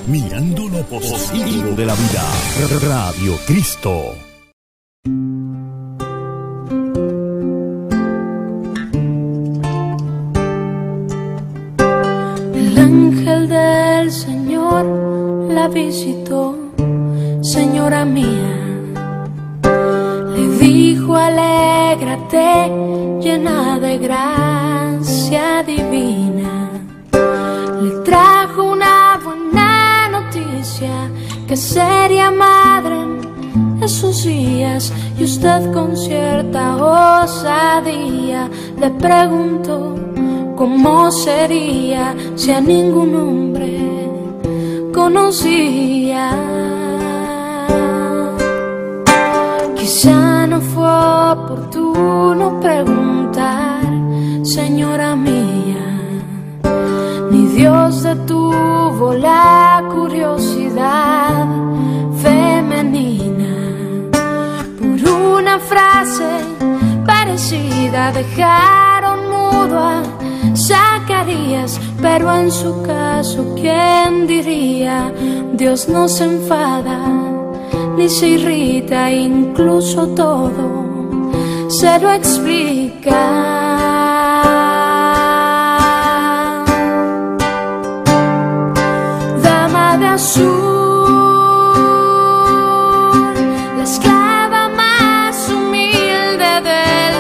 mirando lo positivo de la vida. Radio Cristo. El ángel del Señor la visitó, señora mía. Le dijo: alégrate, llena de gracia divina. Le trajo una buena noticia, que sería madre en esos días. Y usted con cierta osadía le preguntó cómo sería, si a ningún hombre conocía. Quizá no fue oportuno preguntar, señora mía, ni Dios detuvo la curiosidad femenina. Por una frase parecida dejaron mudo a Zacarías, pero en su caso, ¿quién diría? Dios no se enfada ni se irrita, incluso todo se lo explica. Dama de azul, la esclava más humilde del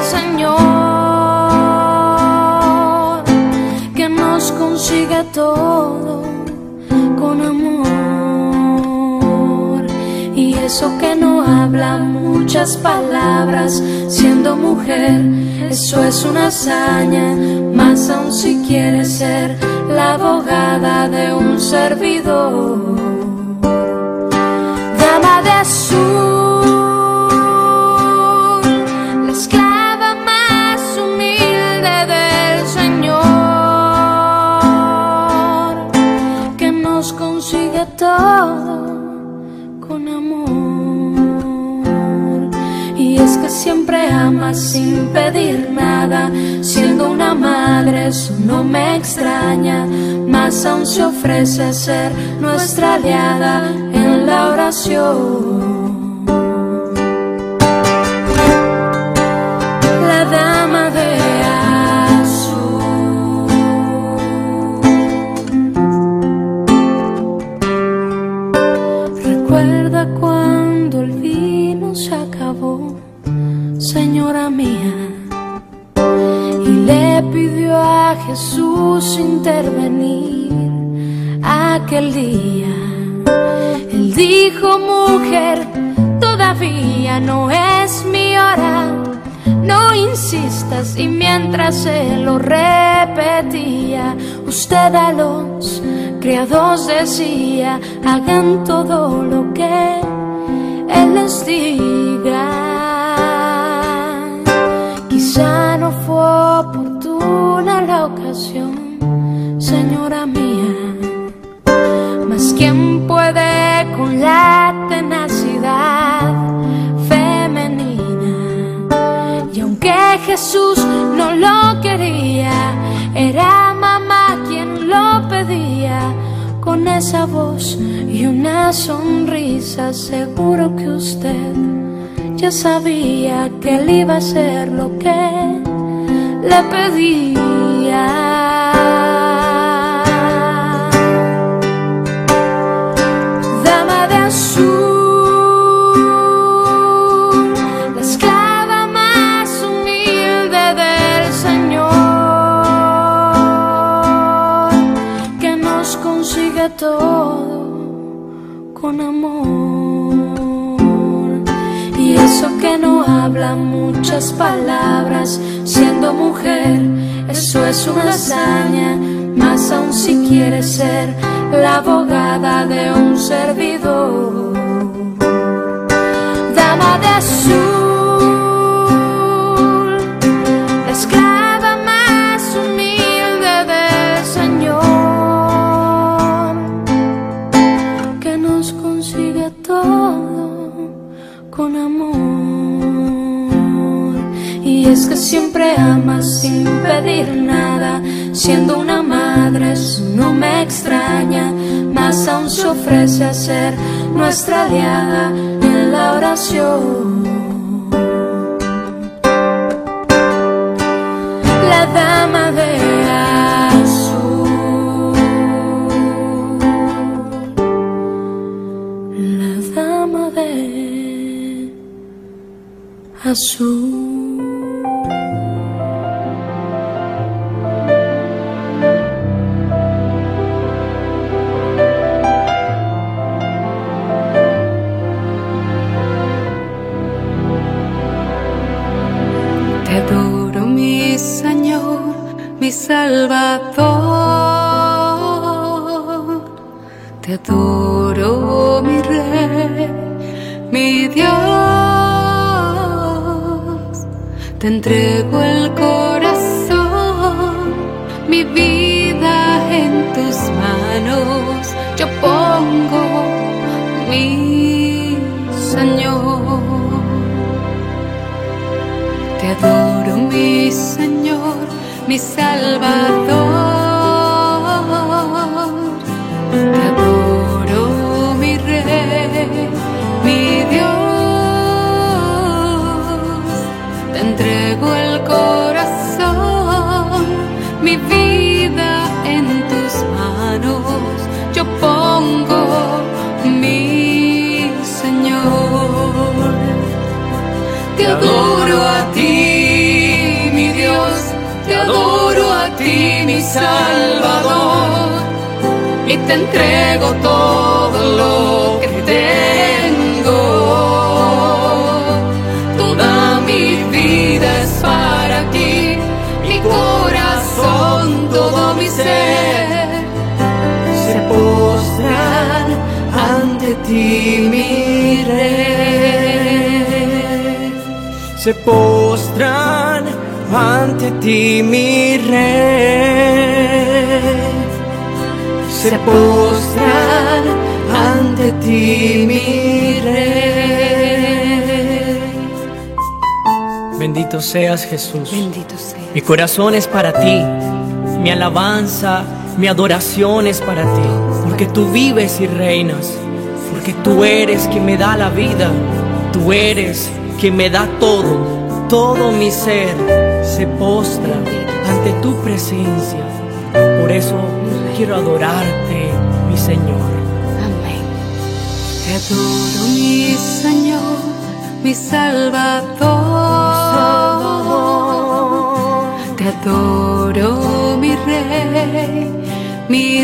Señor, que nos consiga todo con amor. Y eso que no habla muchas palabras, siendo mujer, eso es una hazaña. Más aún si quiere ser la abogada de un servidor. Dama de azul, la esclava más humilde del Señor, que nos consigue todo con amor. Y es que siempre ama sin pedir nada, siendo una madre eso no me extraña. Más aún se ofrece a ser nuestra aliada en la oración. La dama de azul. Recuerda cuando el vino se acabó, señora mía, y le pidió a Jesús intervenir aquel día. Él dijo: mujer, todavía no es mi hora, no insistas. Y mientras se lo repetía, usted a los criados decía: hagan todo lo que Él les diga. Quizá no fue oportuna la ocasión, señora mía, mas ¿quién puede con la tenacidad femenina? Y aunque Jesús no lo quería, era mamá quien lo pedía. Con esa voz y una sonrisa, seguro que usted ya sabía que Él iba a hacer lo que le pedía. Dama de azul, la esclava más humilde del Señor, que nos consigue todo con amor. Y eso que no habla muchas palabras, siendo mujer, eso es una hazaña. Más aún si quiere ser la abogada de un servidor. Dama de azul, la esclava más humilde del Señor, que nos consigue todo con amor. Y es que siempre ama sin pedir nada, siendo una madre, eso no me extraña, más aún se ofrece a ser nuestra aliada en la oración. La dama de azul, la dama de azul. Te adoro, mi Señor, mi Salvador. Te adoro, mi Rey, mi Dios. Te entrego el corazón, mi vida en tus manos. Yo pongo, mi Señor. Te adoro, mi Señor, mi Salvador. Te adoro, mi Rey, mi Dios. Te entrego el corazón, mi vida en tus manos. Yo pongo, mi Señor. Te adoro a ti, mi Dios, te adoro a ti, mi Salvador, y te entrego todo lo que tengo. Toda mi vida es para ti, mi corazón, todo mi ser, se postran ante ti, mi Rey. Se postran ante ti, mi Rey. Se postran ante ti, mi Rey. Bendito seas, Jesús. Bendito seas. Mi corazón es para ti, mi alabanza, mi adoración es para ti, porque tú vives y reinas, porque tú eres quien me da la vida, tú eres que me da todo, todo mi ser se postra ante tu presencia. Por eso quiero adorarte, mi Señor. Amén. Te adoro, mi Señor, mi Salvador. Te adoro, mi Rey, mi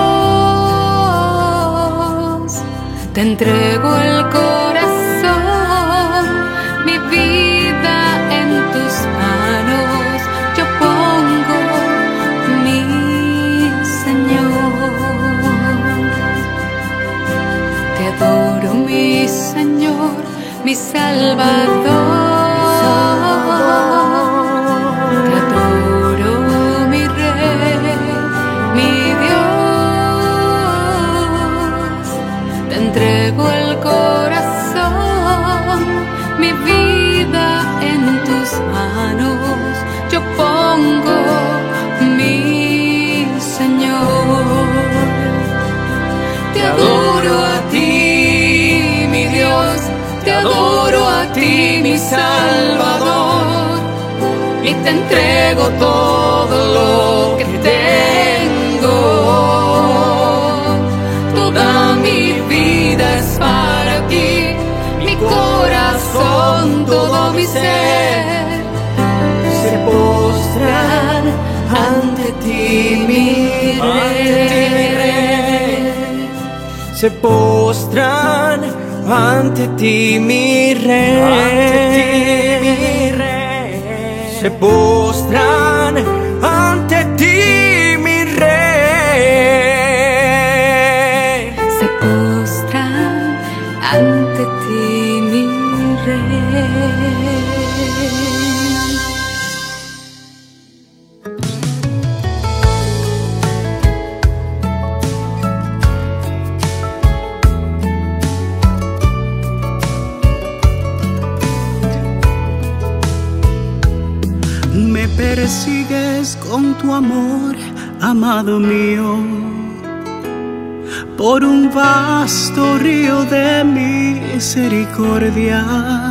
Dios. Te entrego el corazón, mi vida en tus manos. Yo pongo, mi Señor. Te adoro, mi Señor, mi Salvador. Te adoro, mi Rey, mi Dios. Te entrego el corazón, mi vida en tus manos. Yo pongo, mi Señor. Te adoro a ti, mi Dios. Te adoro a ti, mi Salvador, y te entrego todo lo que tengo. Toda mi vida es para ti, mi corazón, todo mi ser, se postran ante ti, mi Rey. Se postran ante ti, mi Rey. Se postran ante ti, mi Rey. Se postran ante ti, mi Rey. Me persigues con tu amor amado mío, por un vasto río de misericordia.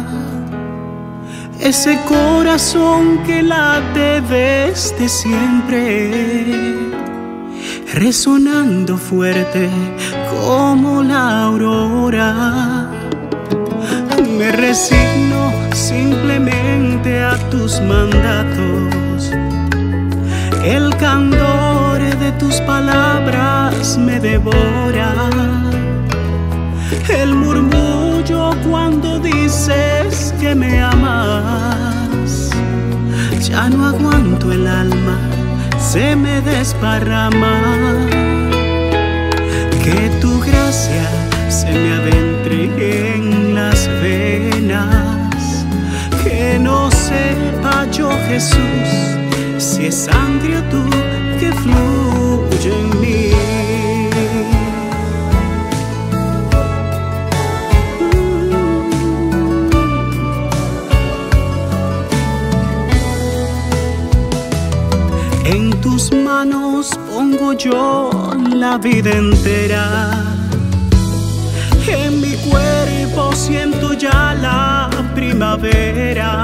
Ese corazón que late desde siempre, resonando fuerte como la aurora. Me resigno simplemente a tus mandatos. El candor de tus palabras me devora. El murmullo cuando dices que me amas. Ya no aguanto el alma, se me desparrama. Que tu gracia se me adentre en las venas. Que no sepa yo, Jesús, si es sangre o tú que fluye en mí. En tus manos pongo yo la vida entera. En mi cuerpo siento ya la primavera,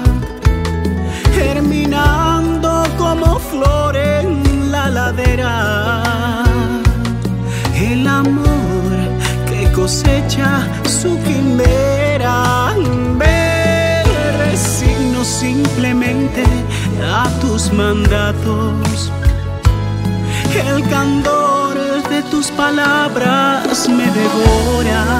germinando como flor en la ladera. El amor que cosecha su quimera. Me resigno simplemente a tus mandatos. El candor de tus palabras me devora.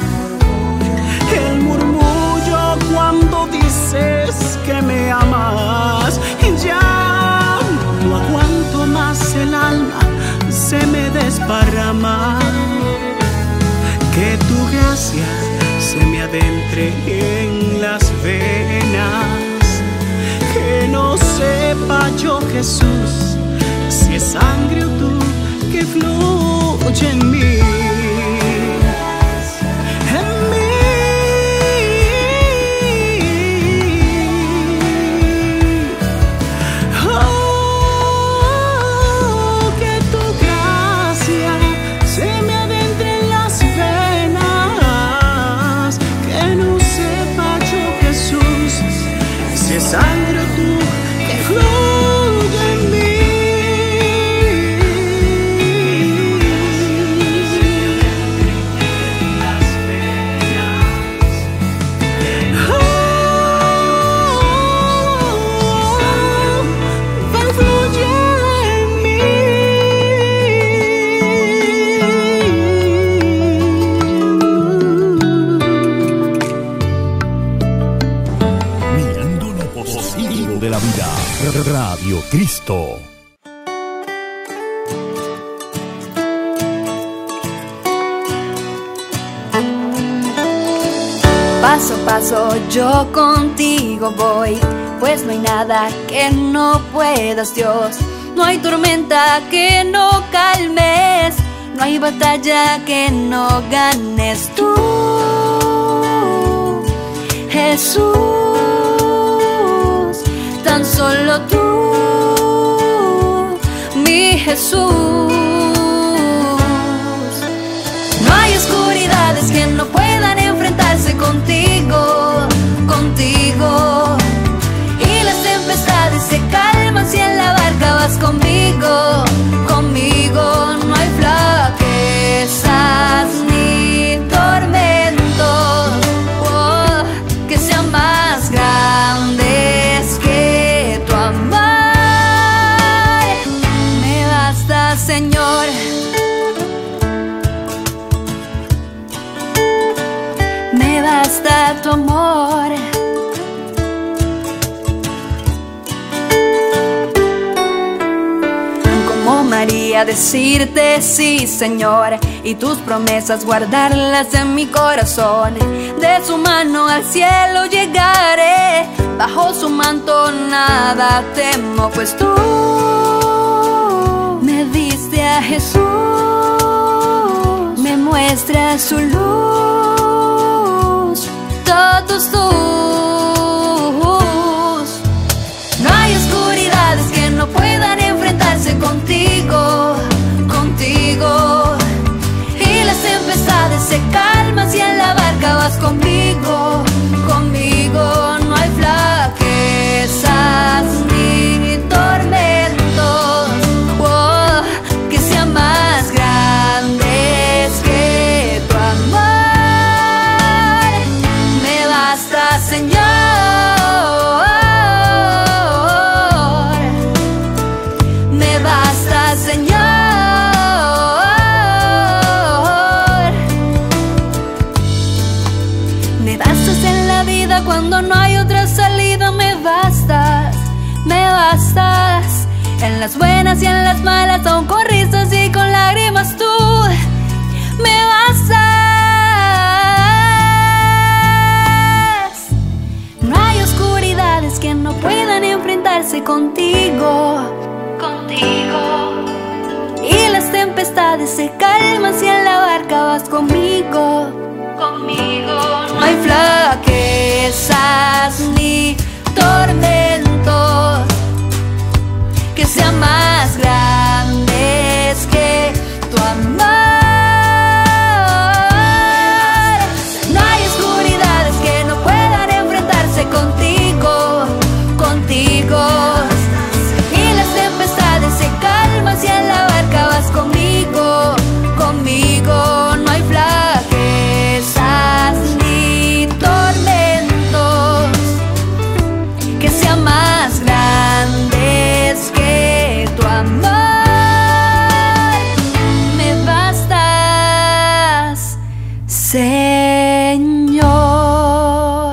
El murmullo cuando dices que me amas. Ya no aguanto más el alma, se me desparrama. Que tu gracia se me adentre en las venas. Que no sepa yo, Jesús, si es sangre o tú que fluye en mí. Sangre tú que fluye en mí. Fluye en mí. Mirando lo positivo de la vida. Radio Cristo. Paso a paso yo contigo voy, pues no hay nada que no puedas, Dios. No hay tormenta que no calmes, no hay batalla que no ganes tú, Jesús. Tan solo tú, mi Jesús. No hay oscuridades que no puedan enfrentarse contigo, contigo. Y las tempestades se calman si en la barca vas conmigo, conmigo. No hay flaquezas ni tormentos, oh, que sean más grandes que tu amar. Me basta, Señor. Me basta tu amor. Como María decirte sí, Señor, y tus promesas guardarlas en mi corazón. De su mano al cielo llegaré, bajo su manto nada temo, pues tú me diste a Jesús, me muestras su luz, todos tus. No hay oscuridades que no puedan enfrentarse contigo. se calma si en la barca vas conmigo. Conmigo no hay flaquezas ni tormentos, oh, que sean más grandes que tu amor. Me basta, Señor, me basta, Señor. Me bastas en la vida cuando no hay otra salida. Me bastas, me bastas. En las buenas y en las malas, aún con risas y con lágrimas tú me bastas. No hay oscuridades que no puedan enfrentarse contigo. Contigo. Y las tempestades se calman si en la barca vas conmigo. Conmigo no hay flaquezas ni tormentos que sean más grandes que tu amor. No hay oscuridades que no puedan enfrentarse contigo. Contigo. Y las tempestades se calman si en la barca vas conmigo. Conmigo no hay flaquezas ni tormentos que sean más grandes que tu amor. Me bastas, Señor.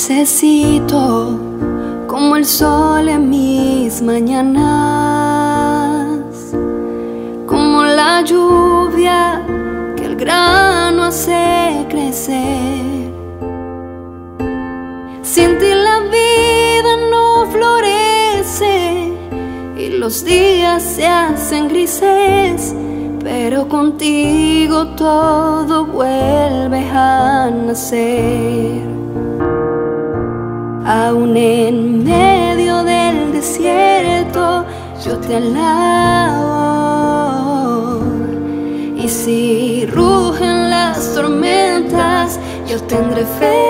necesito como el sol en mis mañanas, como la lluvia que el grano hace crecer. Sin ti la vida no florece y los días se hacen grises, pero contigo todo vuelve a nacer. Aún en medio del desierto yo te alabo, y si rugen las tormentas yo tendré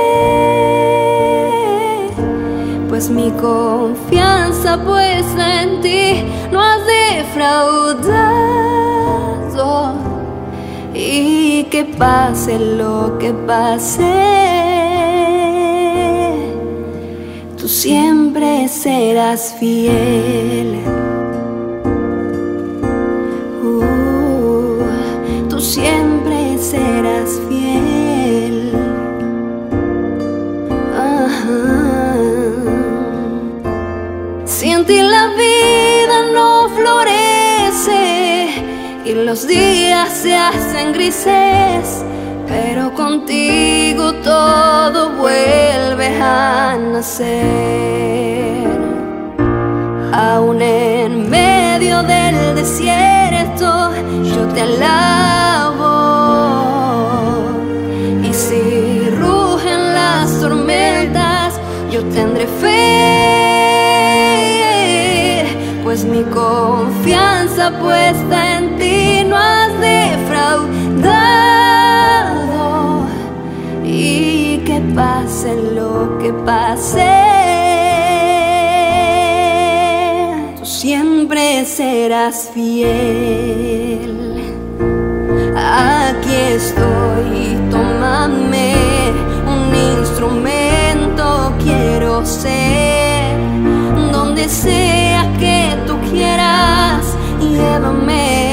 fe, pues mi confianza puesta en ti no has defraudado. Y que pase lo que pase, tú siempre serás fiel. Tú siempre serás fiel. Sin ti la vida no florece y los días se hacen grises, pero contigo todo vuelve a nacer. Aún en medio del desierto yo te alabo, y si rugen las tormentas yo tendré fe, pues mi confianza puesta en ti no has defraudado. Y que pase lo que pase, tú siempre serás fiel. Aquí estoy, tómame, un instrumento quiero ser. Donde sea que tú quieras, llévame.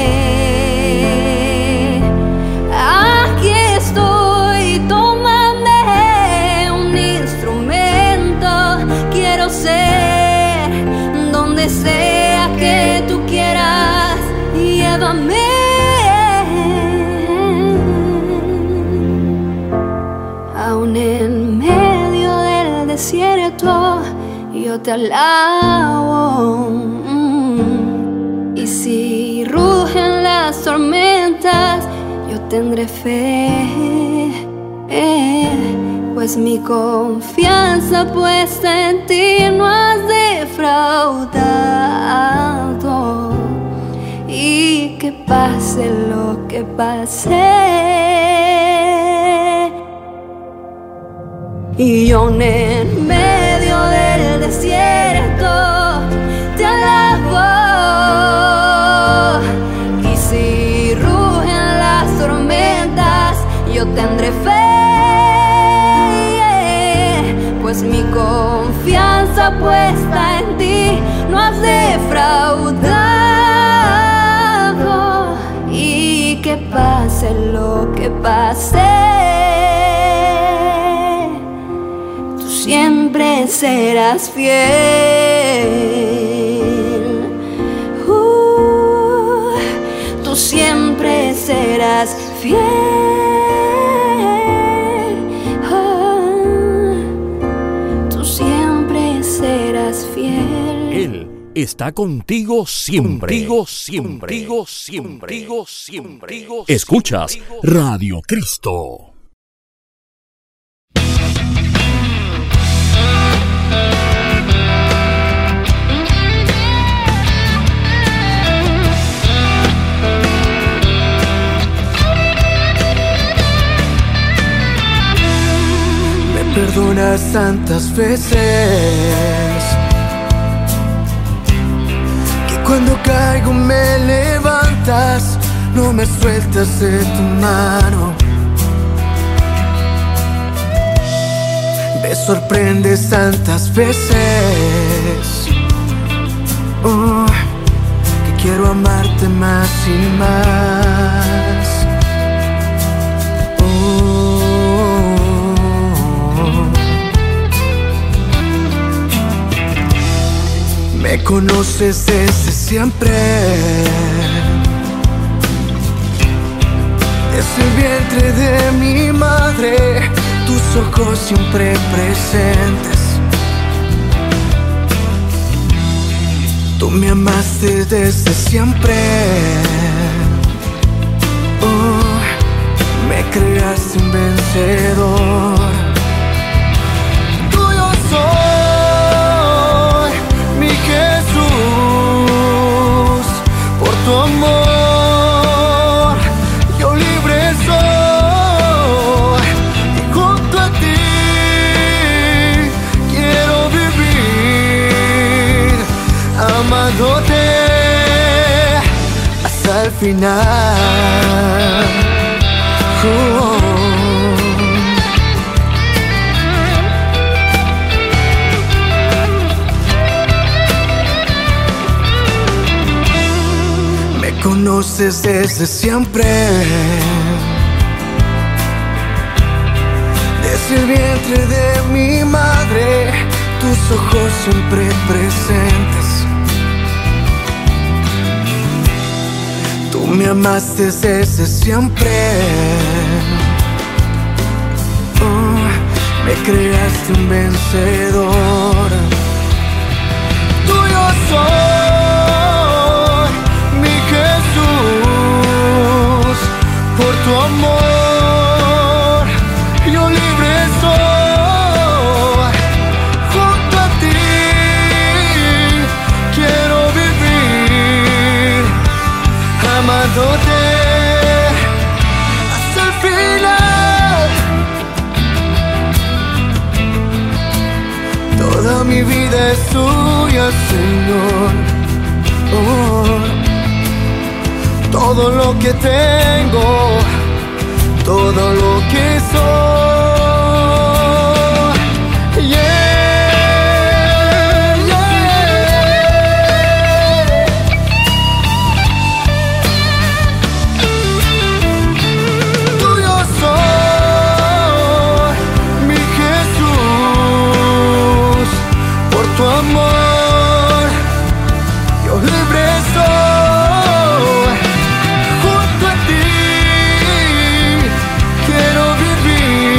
Aquí estoy, tómame, un instrumento quiero ser. Donde sea que tú quieras, llévame. Aún en medio del desierto yo te alabo, y si rugen las tormentas yo tendré fe, pues mi confianza puesta en ti no has defraudado. Y que pase lo que pase, y yo en medio del desierto te alabo, y si rugen las tormentas yo tendré fe, pues mi confianza puesta en ti no has defraudado. Y que pase lo que pase, siempre serás fiel. Tú siempre serás fiel. Tú siempre serás fiel. Él está contigo siempre. Contigo siempre. Contigo siempre. Contigo siempre. Escuchas Radio Cristo. Perdonas tantas veces que cuando caigo me levantas, no me sueltas de tu mano. Me sorprendes tantas veces, que quiero amarte más y más. Me conoces desde siempre, desde el vientre de mi madre, tus ojos siempre presentes. Tú me amaste desde siempre, me creaste un vencedor. Tuyo soy, mi Jesús, por tu amor yo libre soy, y junto a ti quiero vivir, amándote hasta el final. Me conoces desde siempre, desde el vientre de mi madre, tus ojos siempre presentes. Tú me amaste desde siempre, me creaste un vencedor. Tuyo soy, mi Jesús, por tu amor yo libre soy. Junto a ti quiero vivir, amándote hasta el final. Toda mi vida es tuya, Señor. Todo lo que tengo, todo lo que soy. Yeah, yeah. Tuyo soy, mi Jesús, por tu amor yo libre soy. Junto a ti quiero vivir,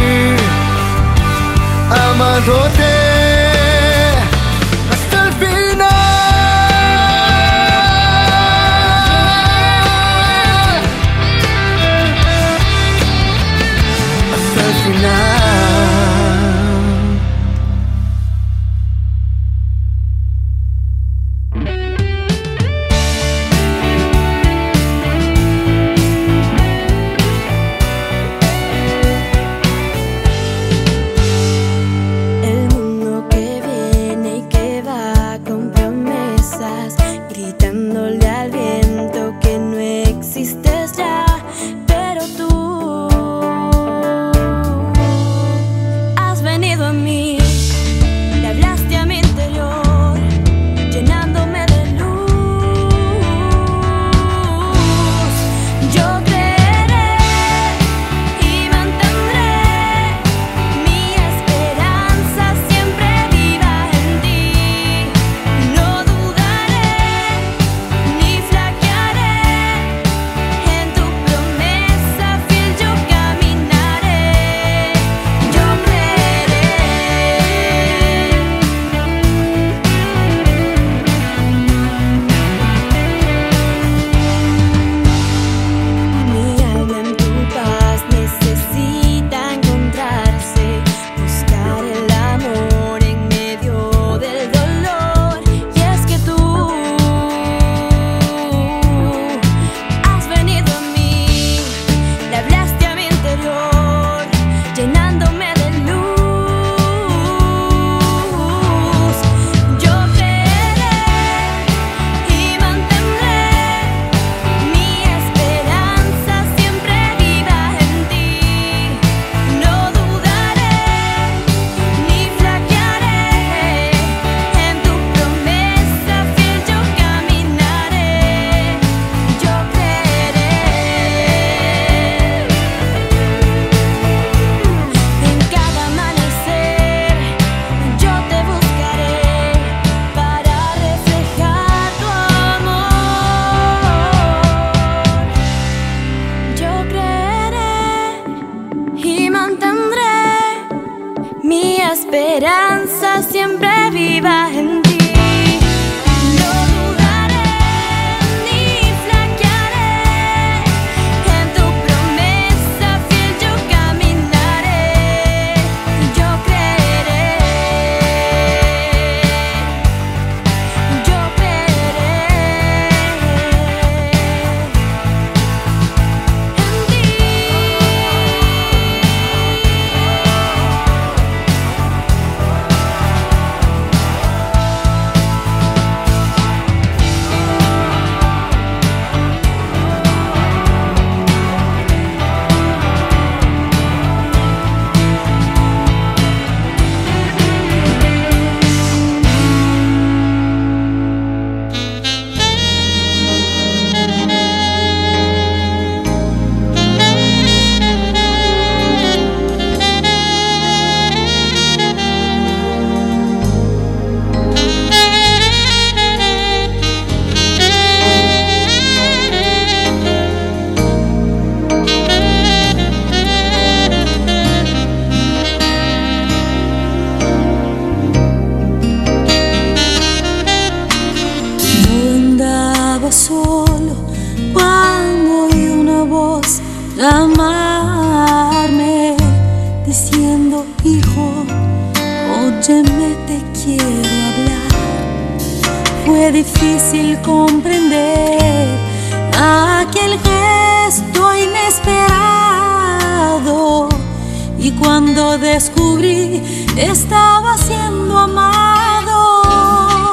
llamarme diciendo: hijo, óyeme, te quiero hablar. Fue difícil comprender aquel gesto inesperado, y cuando descubrí estaba siendo amado,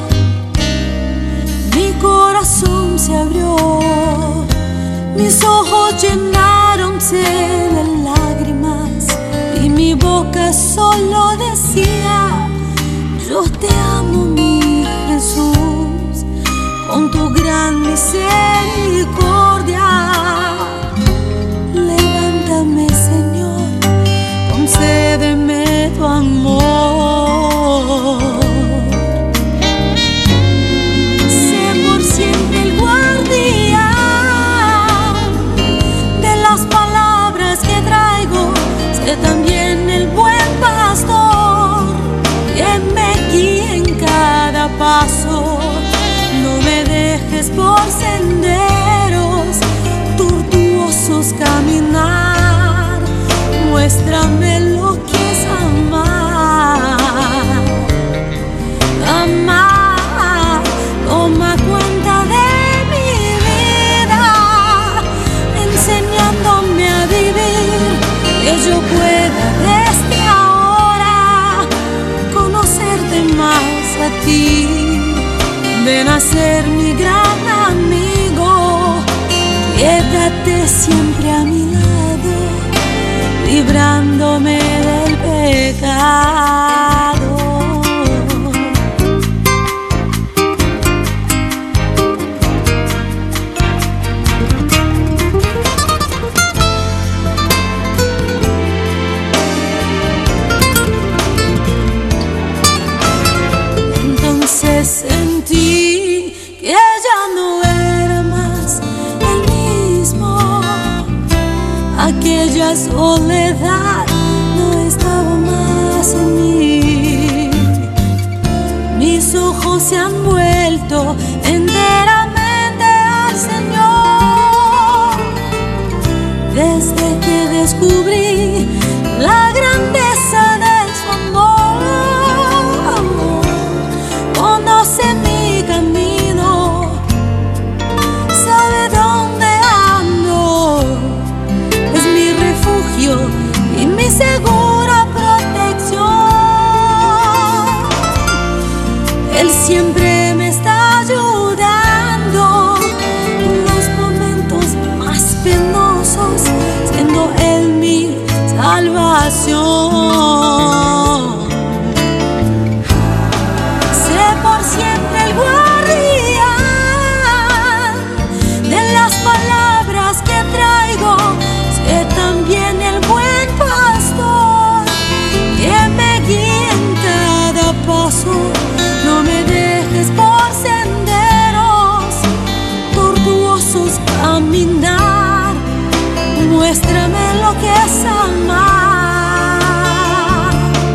mi corazón se abrió, mis ojos llenáronse de lágrimas y mi boca solo decía: yo te amo, mi Jesús, con tu gran misericordia. Levántame, Señor, concédeme tu amor. Sé por siempre el guardián de las palabras que traigo. Sé también el buen pastor que me guía en cada paso. No me dejes por senderos tortuosos caminar. Muéstrame lo que es amar. Amar, toma cuenta de mi vida, enseñándome a vivir, que yo pueda desde ahora conocerte más a ti. Ven a ser mi gran amigo, quédate siempre a mi lado, librándome del pecado. Entonces sentí que ya no era más el mismo. Aquella soledad no estaba más en mí. Mis ojos se han vuelto enteramente al Señor desde que descubrí la grandeza de su amor. Conoce mi camino, sabe dónde ando, es mi refugio y mi segura protección. Él siempre me está ayudando en los momentos más penosos, siendo Él mi salvación. Sé por siempre el guardián de las palabras que traigo. Sé también el buen pastor que me guía en cada paso. No me dejes por senderos tortuosos caminar. Muéstrame lo que es amar.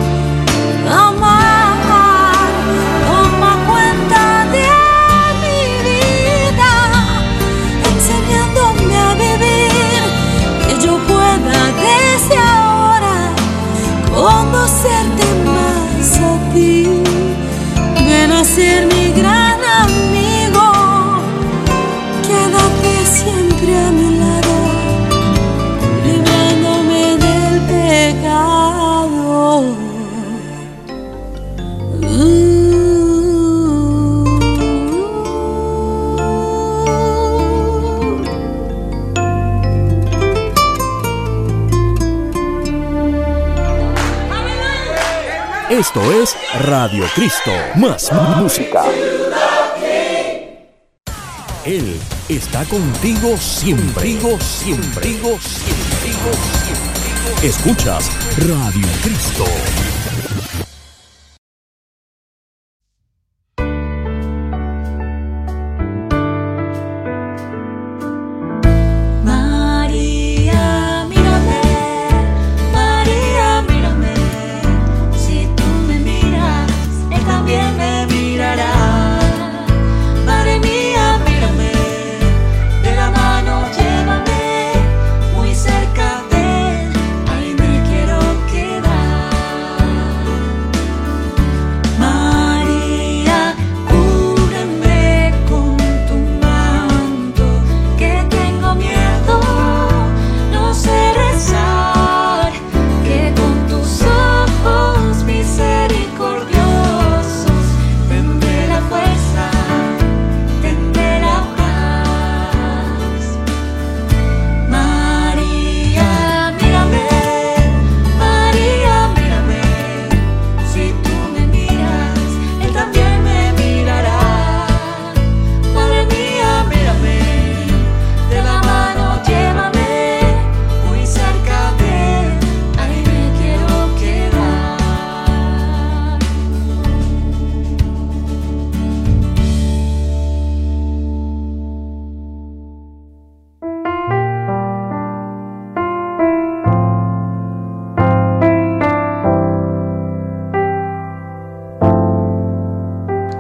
Amar, toma cuenta de mi vida, enseñándome a vivir, que yo pueda desde ahora conocerte más a ti. Ven a ser mi gran amigo, quédate siempre a mi lado, librándome del pecado. Esto es Radio Cristo, más música. Él está contigo siempre. Escuchas Radio Cristo. Madre mía, mírame, de la mano llévame, muy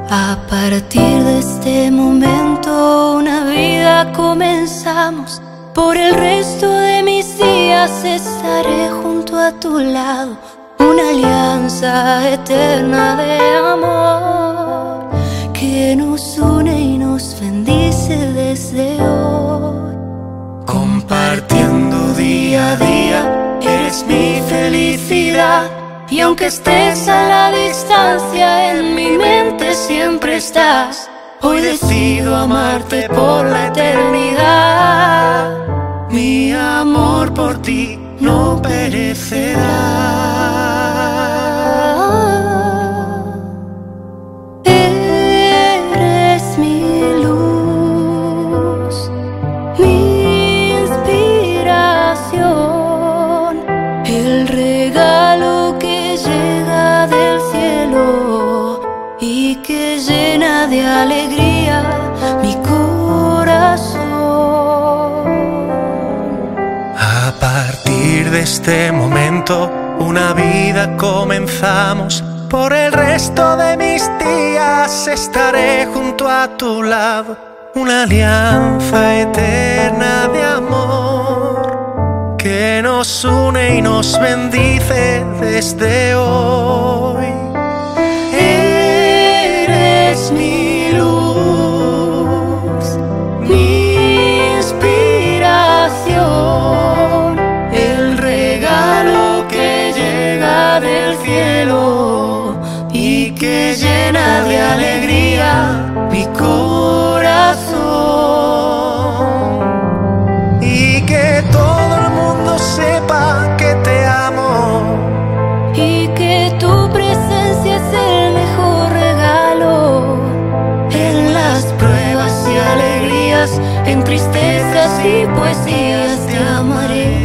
A partir de este momento una vida comenzamos. Por el resto de mis días estaré junto a tu lado. Una alianza eterna de amor que nos une y nos bendice desde hoy. Compartiendo día a día, eres mi felicidad. Y aunque estés a la distancia, en mi mente siempre estás. Hoy decido amarte por la eternidad. Mi amor por ti no perecerá. Eres mi luz, mi inspiración, el regalo que llega del cielo y que llena de alegría mi corazón. A partir de este momento, una vida comenzamos. Por el resto de mis días estaré junto a tu lado. Una alianza eterna de amor que nos une y nos bendice desde hoy. Eres mi luz, mi inspiración, el regalo que llega del cielo y que llena de alegría mi corazón. Y que todo el mundo sepa que te amo Y que tu presencia es el mejor regalo. en las pruebas y alegrías, en tristezas y poesías te amaré.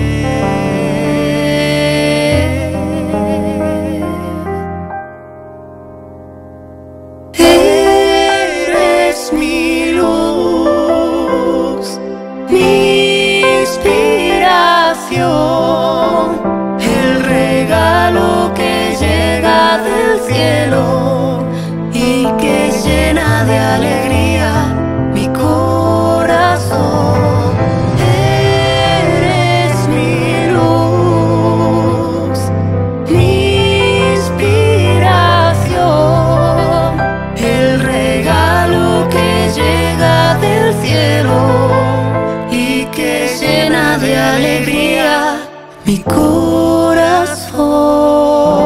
Eres mi luz, mi inspiración, el regalo que llega del cielo y que llena de alegría mi corazón. Eres mi luz, mi inspiración, el regalo que llega del cielo y que llena de alegría mi corazón.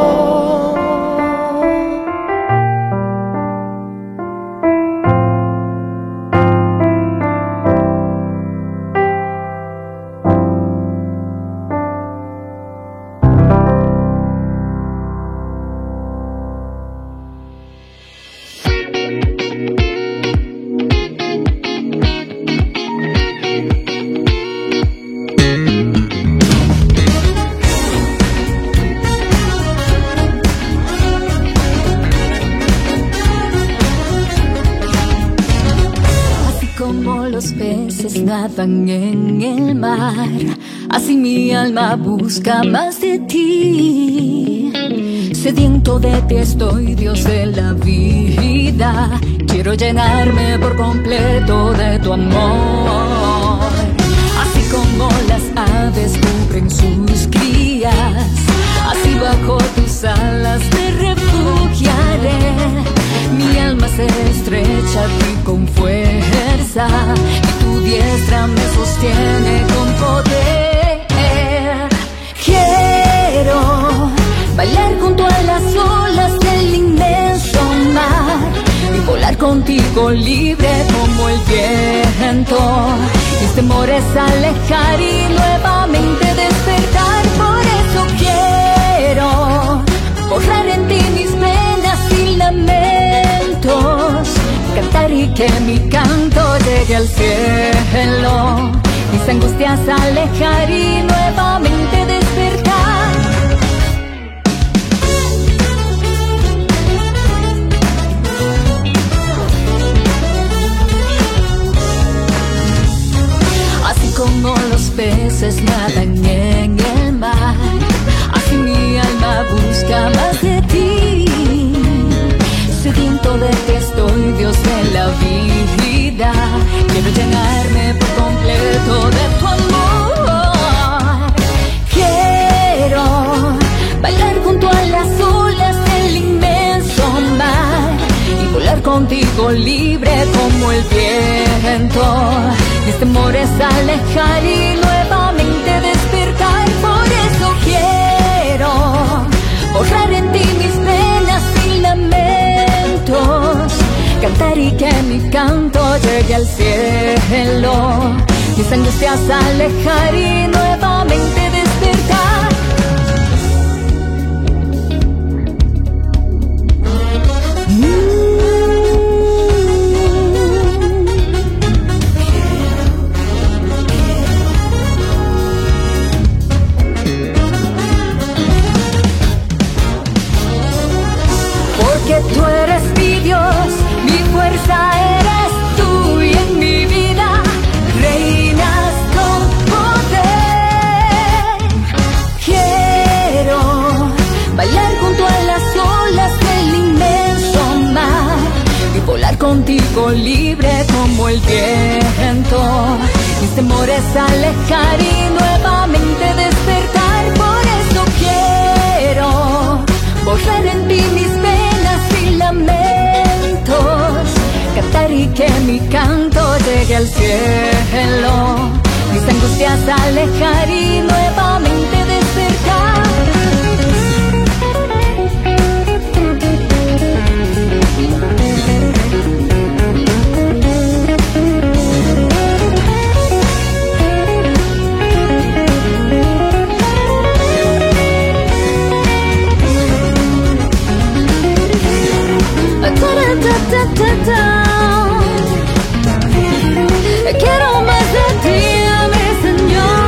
Como los peces nadan en el mar, así mi alma busca más de ti. Sediento de ti estoy, Dios de la vida. Quiero llenarme por completo de tu amor. Así como las aves cubren sus crías, así bajo tus alas me refugiaré. Mi alma se estrecha a ti con fuerza y tu diestra me sostiene con poder. Quiero bailar junto a las olas del inmenso mar y volar contigo libre como el viento. Mis temores alejar y nuevamente despertar. Por eso quiero borrar en ti mis penas y lamentos, cantar y que mi canto llegue al cielo. Mis angustias alejar y nuevamente despertar. Así como los peces nadan en el mar, así mi alma busca más de ti. Sediento de ti estoy, vida. Quiero llenarme por completo de tu amor. Quiero bailar junto a las olas del inmenso mar y volar contigo libre como el viento. Mis temores alejar y nuevamente despertar. Por eso quiero borrar en ti mis penas y lamentos, cantar y que mi canto llegue al cielo. Mis angustias alejar y nuevamente despertar. Porque tú eres mi Dios, mi fuerza eres tú, y en mi vida reinas con poder. Quiero bailar junto a las olas del inmenso mar y volar contigo libre como el viento. Mis temores alejar y nuevamente despertar. Por eso quiero borrar en ti mis penas y lamentos, cantar y que mi canto llegue al cielo. Mis angustias alejar y nuevamente despertar. Quiero más de ti, mi Señor.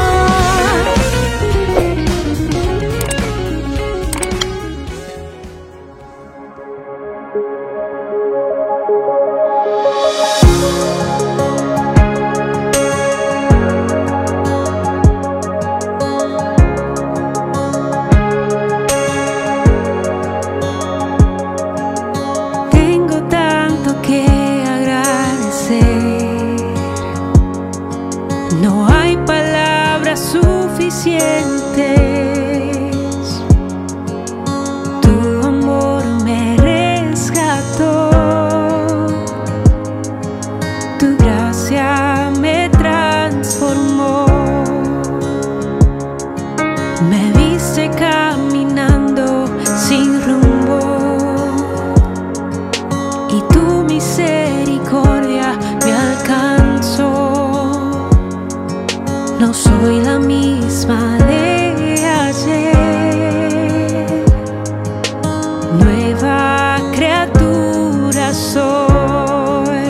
Tengo tanto que agradecer. No hay palabras suficientes. Tu amor me rescató. Tu gracia me transformó. Me viste caminando sin rumbo y tu misericordia me alcanzó. No soy la misma de ayer, nueva criatura soy.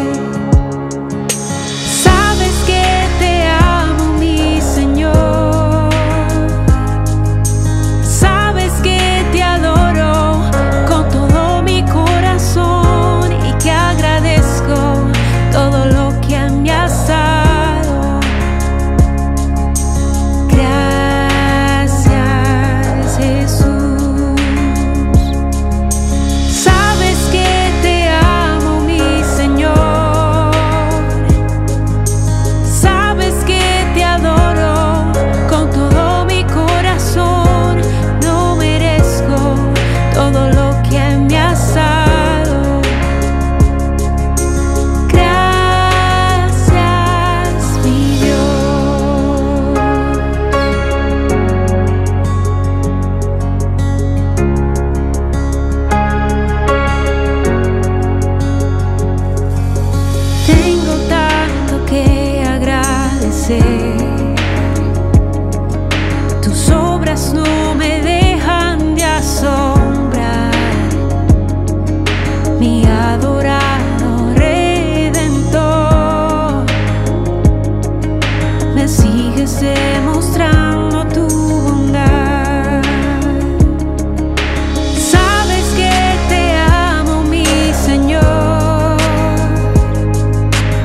Sabes que te amo, mi Señor. Sabes que te adoro con todo mi corazón y que agradezco todo lo que me has dado. Gracias, Jesús. Sabes que te amo, mi Señor. Sabes que te adoro con todo mi corazón. No merezco todo lo que me has dado. Gracias, mi Dios. Tengo tanto que agradecer. Tus obras no me dejan de asombrar. Mi adorado Redentor, me sigues demostrando tu bondad. Sabes que te amo, mi Señor.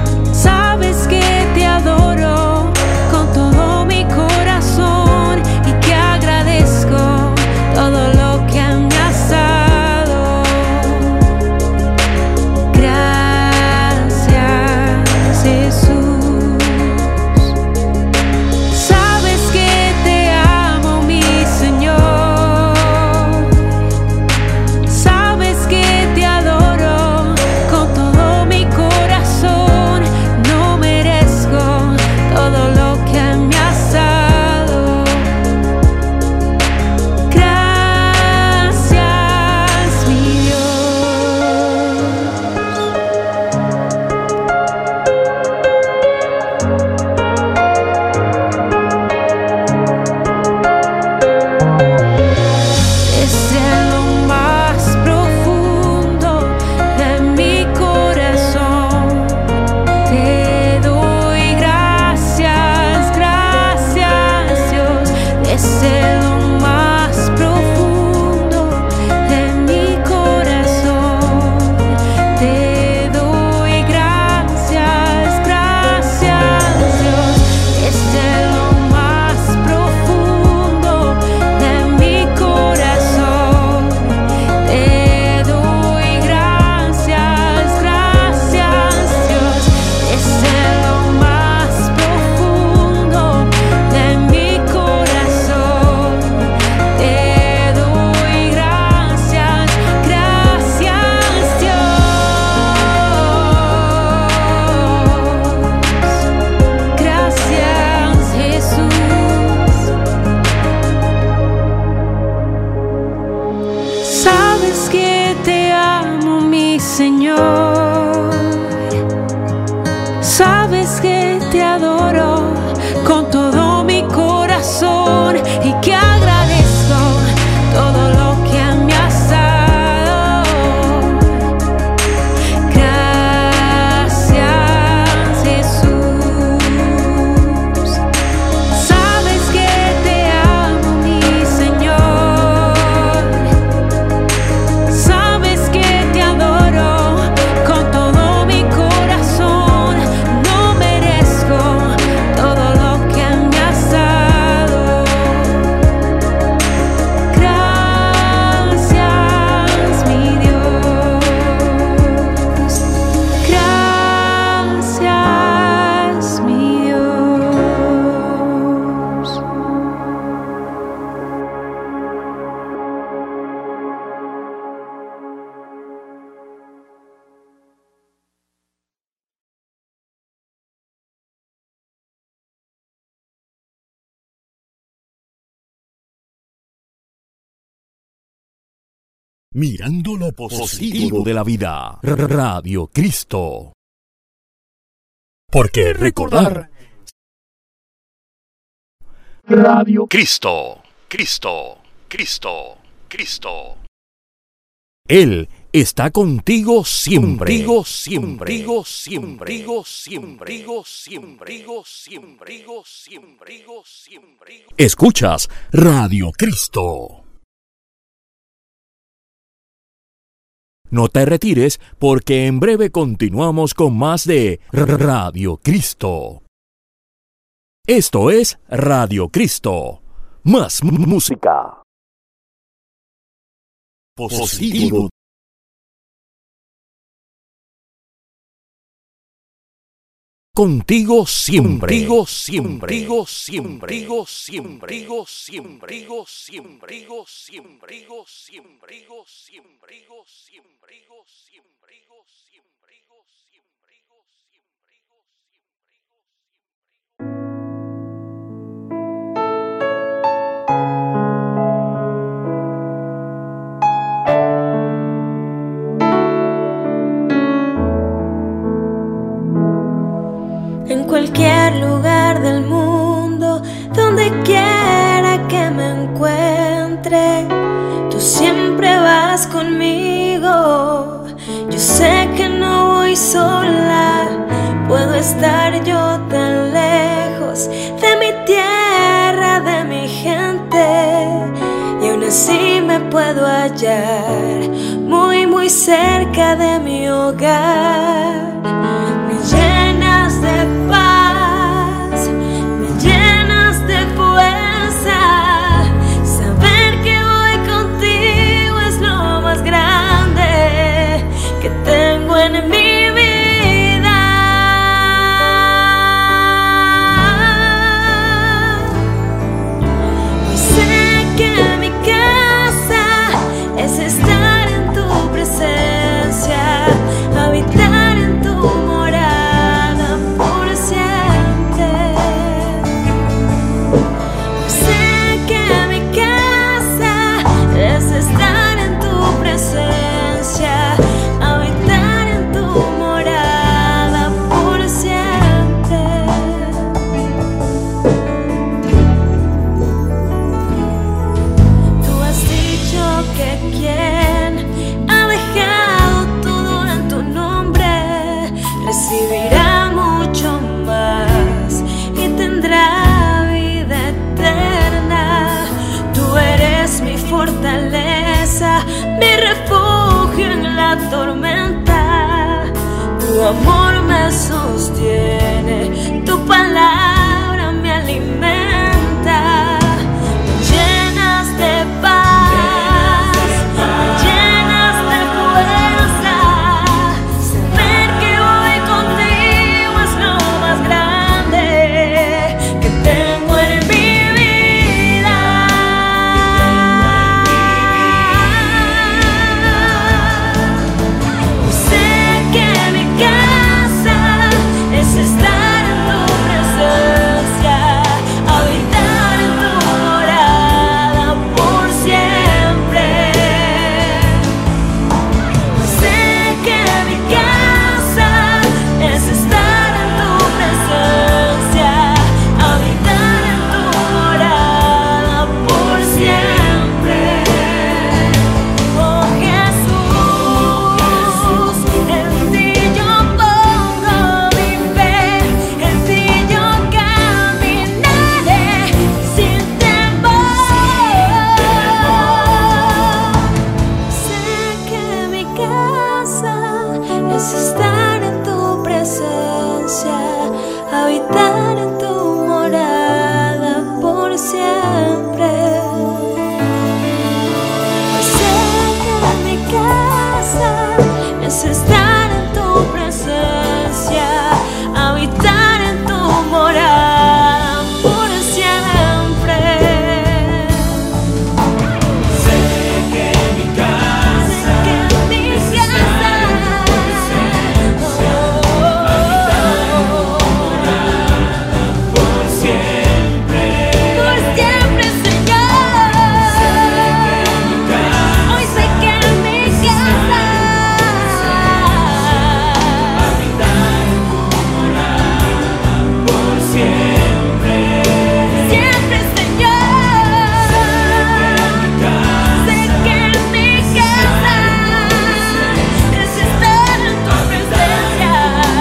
Señor. Sabes que te adoro con todo mi corazón y que agradezco todo lo que me has dado. Gracias, Jesús. Sabes que te amo, mi Señor. Sabes que te adoro con todo mi corazón. No merezco todo lo que me has dado. Gracias, mi Dios. Gracias, mi Dios. Mirando lo positivo de la vida. Radio Cristo. Porque recordar. Radio Cristo. Cristo. Cristo. Cristo. Él está contigo siempre. Contigo siempre. Contigo siempre. Contigo siempre. Contigo siempre. Contigo siempre. Contigo siempre. Contigo siempre. Escuchas Radio Cristo. No te retires porque en breve continuamos con más de Radio Cristo. Esto es Radio Cristo. Más música. Positivo. Contigo siempre. Contigo siempre. Contigo siempre. Contigo siempre. Contigo siempre. Contigo siempre. Contigo siempre. Contigo siempre. Contigo siempre. Contigo siempre. Contigo siempre. Contigo siempre. En cualquier lugar del mundo, donde quiera que me encuentre, tú siempre vas conmigo. Yo sé que no voy sola, puedo estar yo tan lejos de mi tierra, de mi gente, y aún así me puedo hallar muy, muy cerca de mi hogar. Me llenas de paz, me llenas de fuerza. Saber que voy contigo es lo más grande que tengo en mi vida. Pues sé que mi casa es estar en tu presencia, habitar en tu morada por siempre. Pues sé que mi casa es estar en tu presencia, habitar en tu morada por siempre. Tú has dicho que quien ha dejado todo en tu nombre recibirá mucho más y tendrá vida eterna. Tú eres mi fortaleza, mi refugio en la tormenta. Tu amor me sostiene, tu palabra me alimenta. Me llenas de paz, me llenas de fuerza. Saber que voy contigo es lo más grande que tengo en mi vida. Sé que mi casa es estar en tu presencia, presencia, habitar en tu morada por siempre. Sé que mi casa es estar en tu presencia, habitar en tu morada por siempre. Sé que mi casa por siempre. Por siempre, Señor. Hoy sé que mi casa Habitar en tu morada por siempre. siempre, Señor. Sé que mi casa es estar en tu presencia.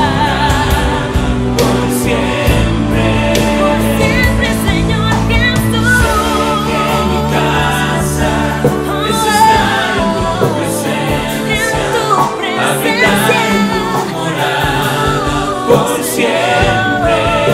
Por siempre. Por siempre, Señor Jesús. Mi casa es estar en tu presencia. En tu Habitar en tu morada por siempre.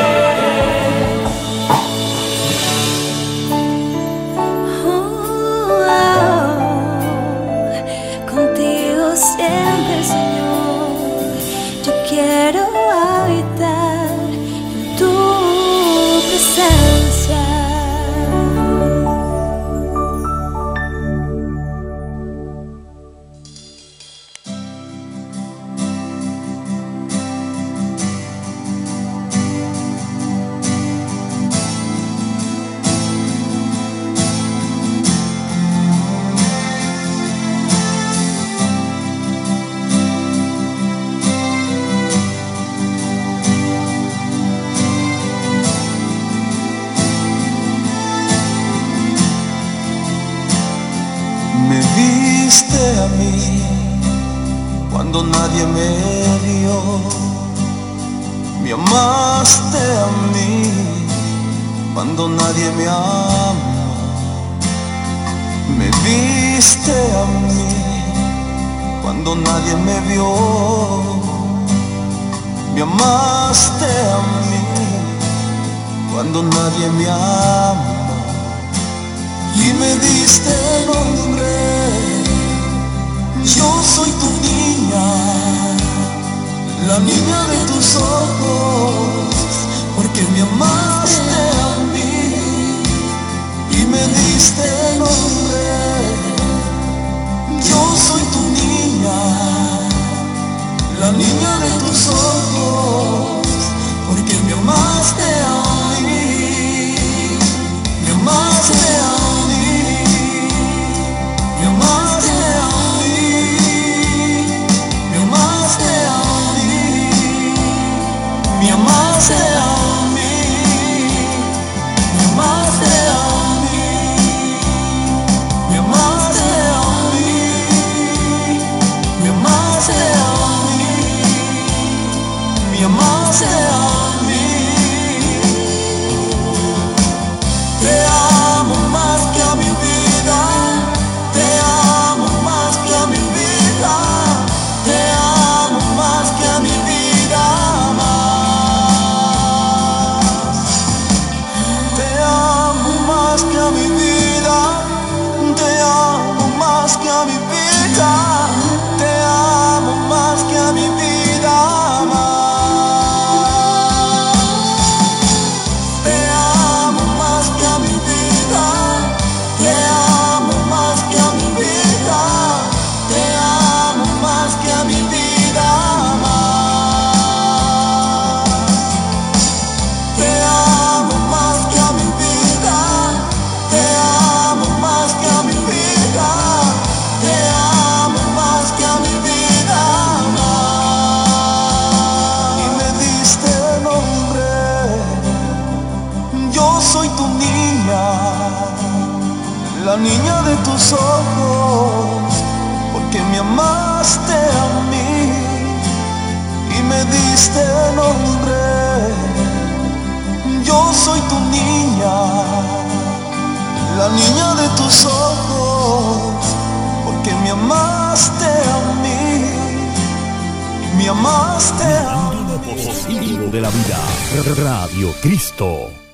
Contigo siempre, Señor, yo quiero habitar en tu presencia. Me viste a mí cuando nadie me vio, me amaste a mí cuando nadie me amó, me viste a mí cuando nadie me vio, me amaste a mí cuando nadie me amó. Y me diste nombre, yo soy tu niña, la niña de tus ojos, porque me amaste a mí. Y me diste nombre, yo soy tu niña, la niña de tus ojos, porque me amaste a mí, me amaste a mí. Me amaste a mí, me amaste a mí, me amaste a mí, me amaste a mí, me amaste a mí, me amaste a mí, me amaste a mí. Te amo más que a mi vida. Te amo más que a mi vida, te amo más que a mi vida más. Te amo más que a mi vida, te amo más que a mi vida, te amo más que a mi vida más. Te amo más que a mi vida, te amo más que a mi vida, te amo más que a mi vida más. Te amo más que a mi vida, te amo más que a mi vida, te amo más que a mi vida más. Y me diste nombre, yo soy tu niña, la niña de tus ojos, porque me amaste a mí y me diste nombre. Yo soy tu niña, la niña de tus ojos, porque me amaste a mí, me amaste a mí. de la vida. Radio Cristo.